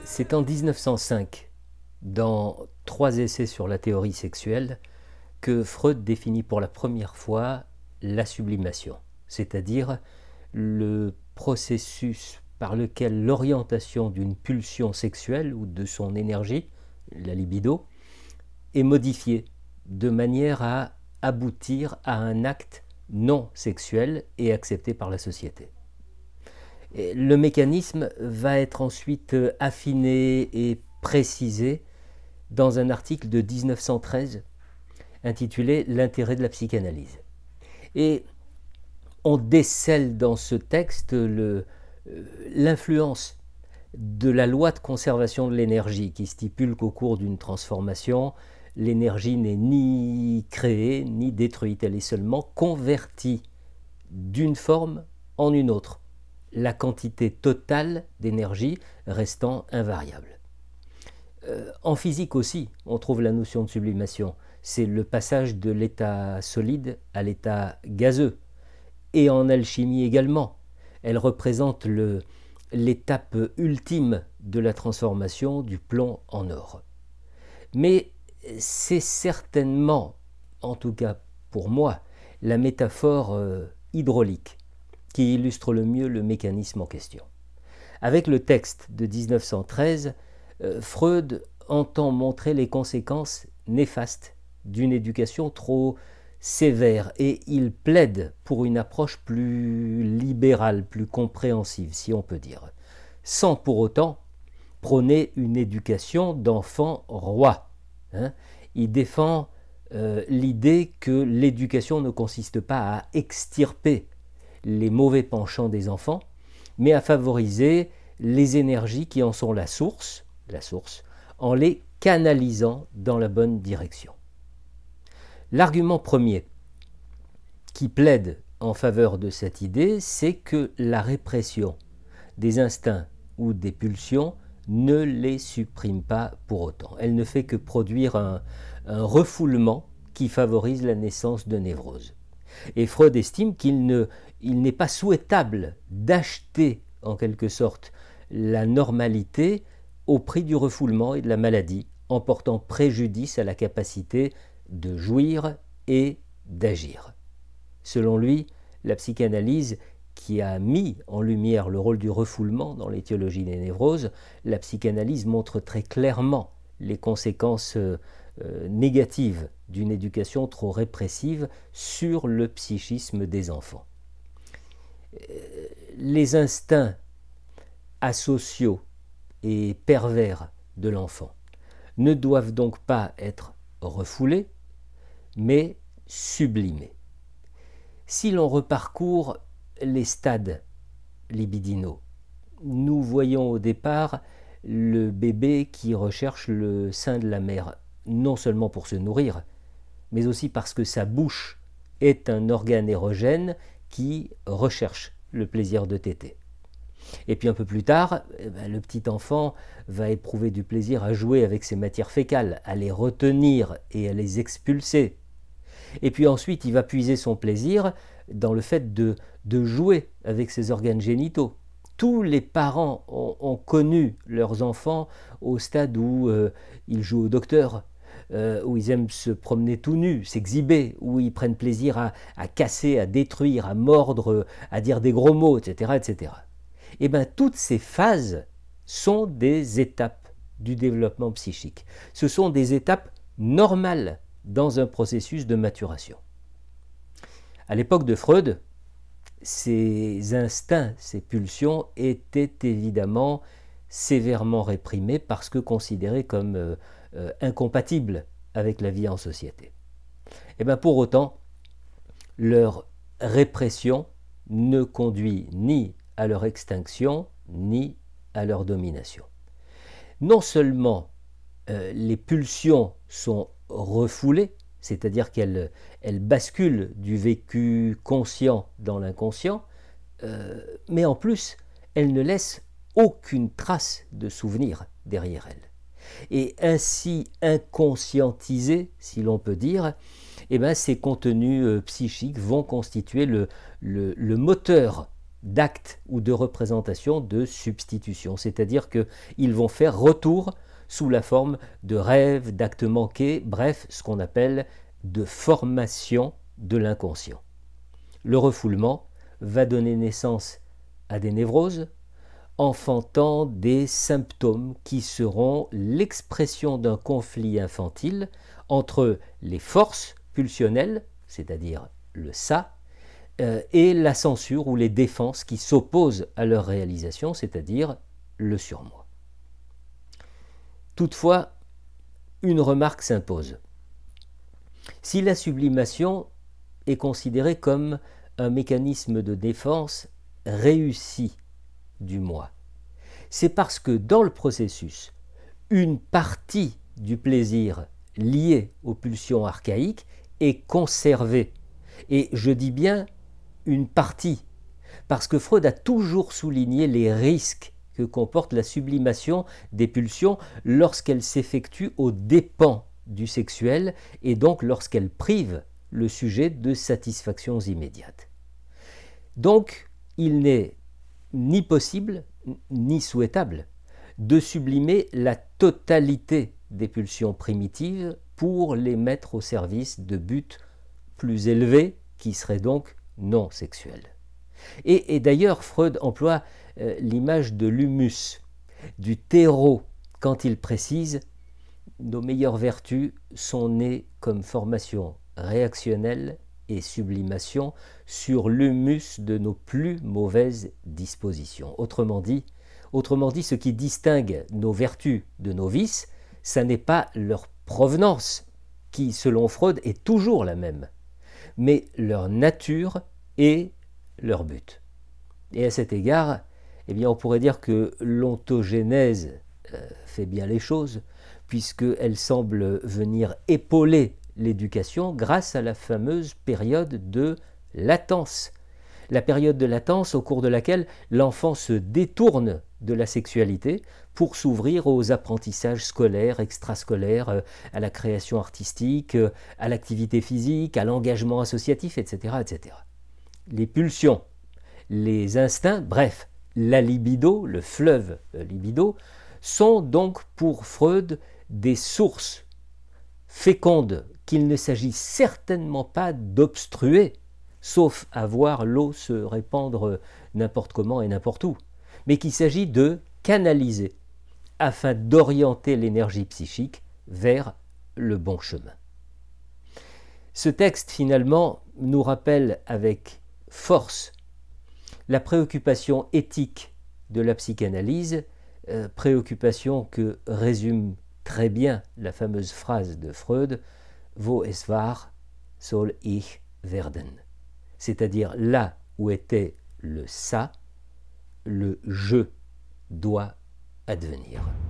C'est en 1905, dans 3 essais sur la théorie sexuelle, que Freud définit pour la première fois la sublimation, c'est-à-dire le processus par lequel l'orientation d'une pulsion sexuelle ou de son énergie, la libido, est modifiée de manière à aboutir à un acte non sexuel et accepté par la société. Le mécanisme va être ensuite affiné et précisé dans un article de 1913 intitulé « L'intérêt de la psychanalyse ». Et on décèle dans ce texte l'influence de la loi de conservation de l'énergie qui stipule qu'au cours d'une transformation, l'énergie n'est ni créée ni détruite, elle est seulement convertie d'une forme en une autre, la quantité totale d'énergie restant invariable. En physique aussi, on trouve la notion de sublimation. C'est le passage de l'état solide à l'état gazeux. Et en alchimie également. Elle représente l'étape ultime de la transformation du plomb en or. Mais c'est certainement, en tout cas pour moi, la métaphore hydraulique qui illustre le mieux le mécanisme en question. Avec le texte de 1913, Freud entend montrer les conséquences néfastes d'une éducation trop sévère et il plaide pour une approche plus libérale, plus compréhensive, si on peut dire, sans pour autant prôner une éducation d'enfant roi. Il défend l'idée que l'éducation ne consiste pas à extirper les mauvais penchants des enfants, mais à favoriser les énergies qui en sont la source, en les canalisant dans la bonne direction. L'argument premier qui plaide en faveur de cette idée, c'est que la répression des instincts ou des pulsions ne les supprime pas pour autant. Elle ne fait que produire un refoulement qui favorise la naissance de névroses. Et Freud estime qu'il n'est pas souhaitable d'acheter en quelque sorte la normalité au prix du refoulement et de la maladie, en portant préjudice à la capacité de jouir et d'agir. Selon lui, la psychanalyse, qui a mis en lumière le rôle du refoulement dans l'étiologie des névroses, la psychanalyse montre très clairement les conséquences négatives d'une éducation trop répressive sur le psychisme des enfants. Les instincts asociaux et pervers de l'enfant ne doivent donc pas être refoulés, mais sublimés. Si l'on reparcourt les stades libidinaux, nous voyons au départ le bébé qui recherche le sein de la mère, non seulement pour se nourrir, mais aussi parce que sa bouche est un organe érogène qui recherche le plaisir de téter. Et puis un peu plus tard, le petit enfant va éprouver du plaisir à jouer avec ses matières fécales, à les retenir et à les expulser. Et puis ensuite, il va puiser son plaisir dans le fait de jouer avec ses organes génitaux. Tous les parents ont connu leurs enfants au stade où ils jouent au docteur, où ils aiment se promener tout nus, s'exhiber, où ils prennent plaisir à casser, à détruire, à mordre, à dire des gros mots, etc. etc. Et bien, toutes ces phases sont des étapes du développement psychique. Ce sont des étapes normales dans un processus de maturation. À l'époque de Freud, ces instincts, ces pulsions étaient évidemment sévèrement réprimés parce que considérés comme incompatibles avec la vie en société. Et bien pour autant, leur répression ne conduit ni à leur extinction ni à leur domination. Non seulement les pulsions sont refoulées, c'est-à-dire qu'elles basculent du vécu conscient dans l'inconscient, mais en plus, elles ne laissent aucune trace de souvenir derrière elles. Et ainsi inconscientisés, si l'on peut dire, ces contenus psychiques vont constituer le moteur d'acte ou de représentation de substitution, c'est-à-dire qu'ils vont faire retour sous la forme de rêves, d'actes manqués, bref, ce qu'on appelle de formation de l'inconscient. Le refoulement va donner naissance à des névroses, enfantant des symptômes qui seront l'expression d'un conflit infantile entre les forces pulsionnelles, c'est-à-dire le ça, et la censure ou les défenses qui s'opposent à leur réalisation, c'est-à-dire le surmoi. Toutefois, une remarque s'impose. Si la sublimation est considérée comme un mécanisme de défense réussi du moi, c'est parce que dans le processus, une partie du plaisir lié aux pulsions archaïques est conservée. Et je dis bien une partie, parce que Freud a toujours souligné les risques que comporte la sublimation des pulsions lorsqu'elle s'effectue aux dépens du sexuel et donc lorsqu'elle prive le sujet de satisfactions immédiates. Donc, il n'est ni possible ni souhaitable de sublimer la totalité des pulsions primitives pour les mettre au service de buts plus élevés qui seraient donc non sexuels. Et d'ailleurs, Freud emploie l'image de l'humus, du terreau, quand il précise « Nos meilleures vertus sont nées comme formation réactionnelle et sublimation sur l'humus de nos plus mauvaises dispositions. » Autrement dit, ce qui distingue nos vertus de nos vices, ça n'est pas leur provenance, qui, selon Freud, est toujours la même, mais leur nature et leur but. Et à cet égard, eh bien, on pourrait dire que l'ontogénèse fait bien les choses, puisqu'elle semble venir épauler l'éducation grâce à la fameuse période de latence. La période de latence au cours de laquelle l'enfant se détourne de la sexualité pour s'ouvrir aux apprentissages scolaires, extrascolaires, à la création artistique, à l'activité physique, à l'engagement associatif, etc., etc. Les pulsions, les instincts, bref, la libido, le fleuve libido, sont donc pour Freud des sources fécondes qu'il ne s'agit certainement pas d'obstruer, sauf à voir l'eau se répandre n'importe comment et n'importe où, mais qu'il s'agit de canaliser afin d'orienter l'énergie psychique vers le bon chemin. Ce texte, finalement, nous rappelle avec force la préoccupation éthique de la psychanalyse, préoccupation que résume très bien la fameuse phrase de Freud « Wo es war, soll ich werden », c'est-à-dire là où était le ça, le je doit advenir.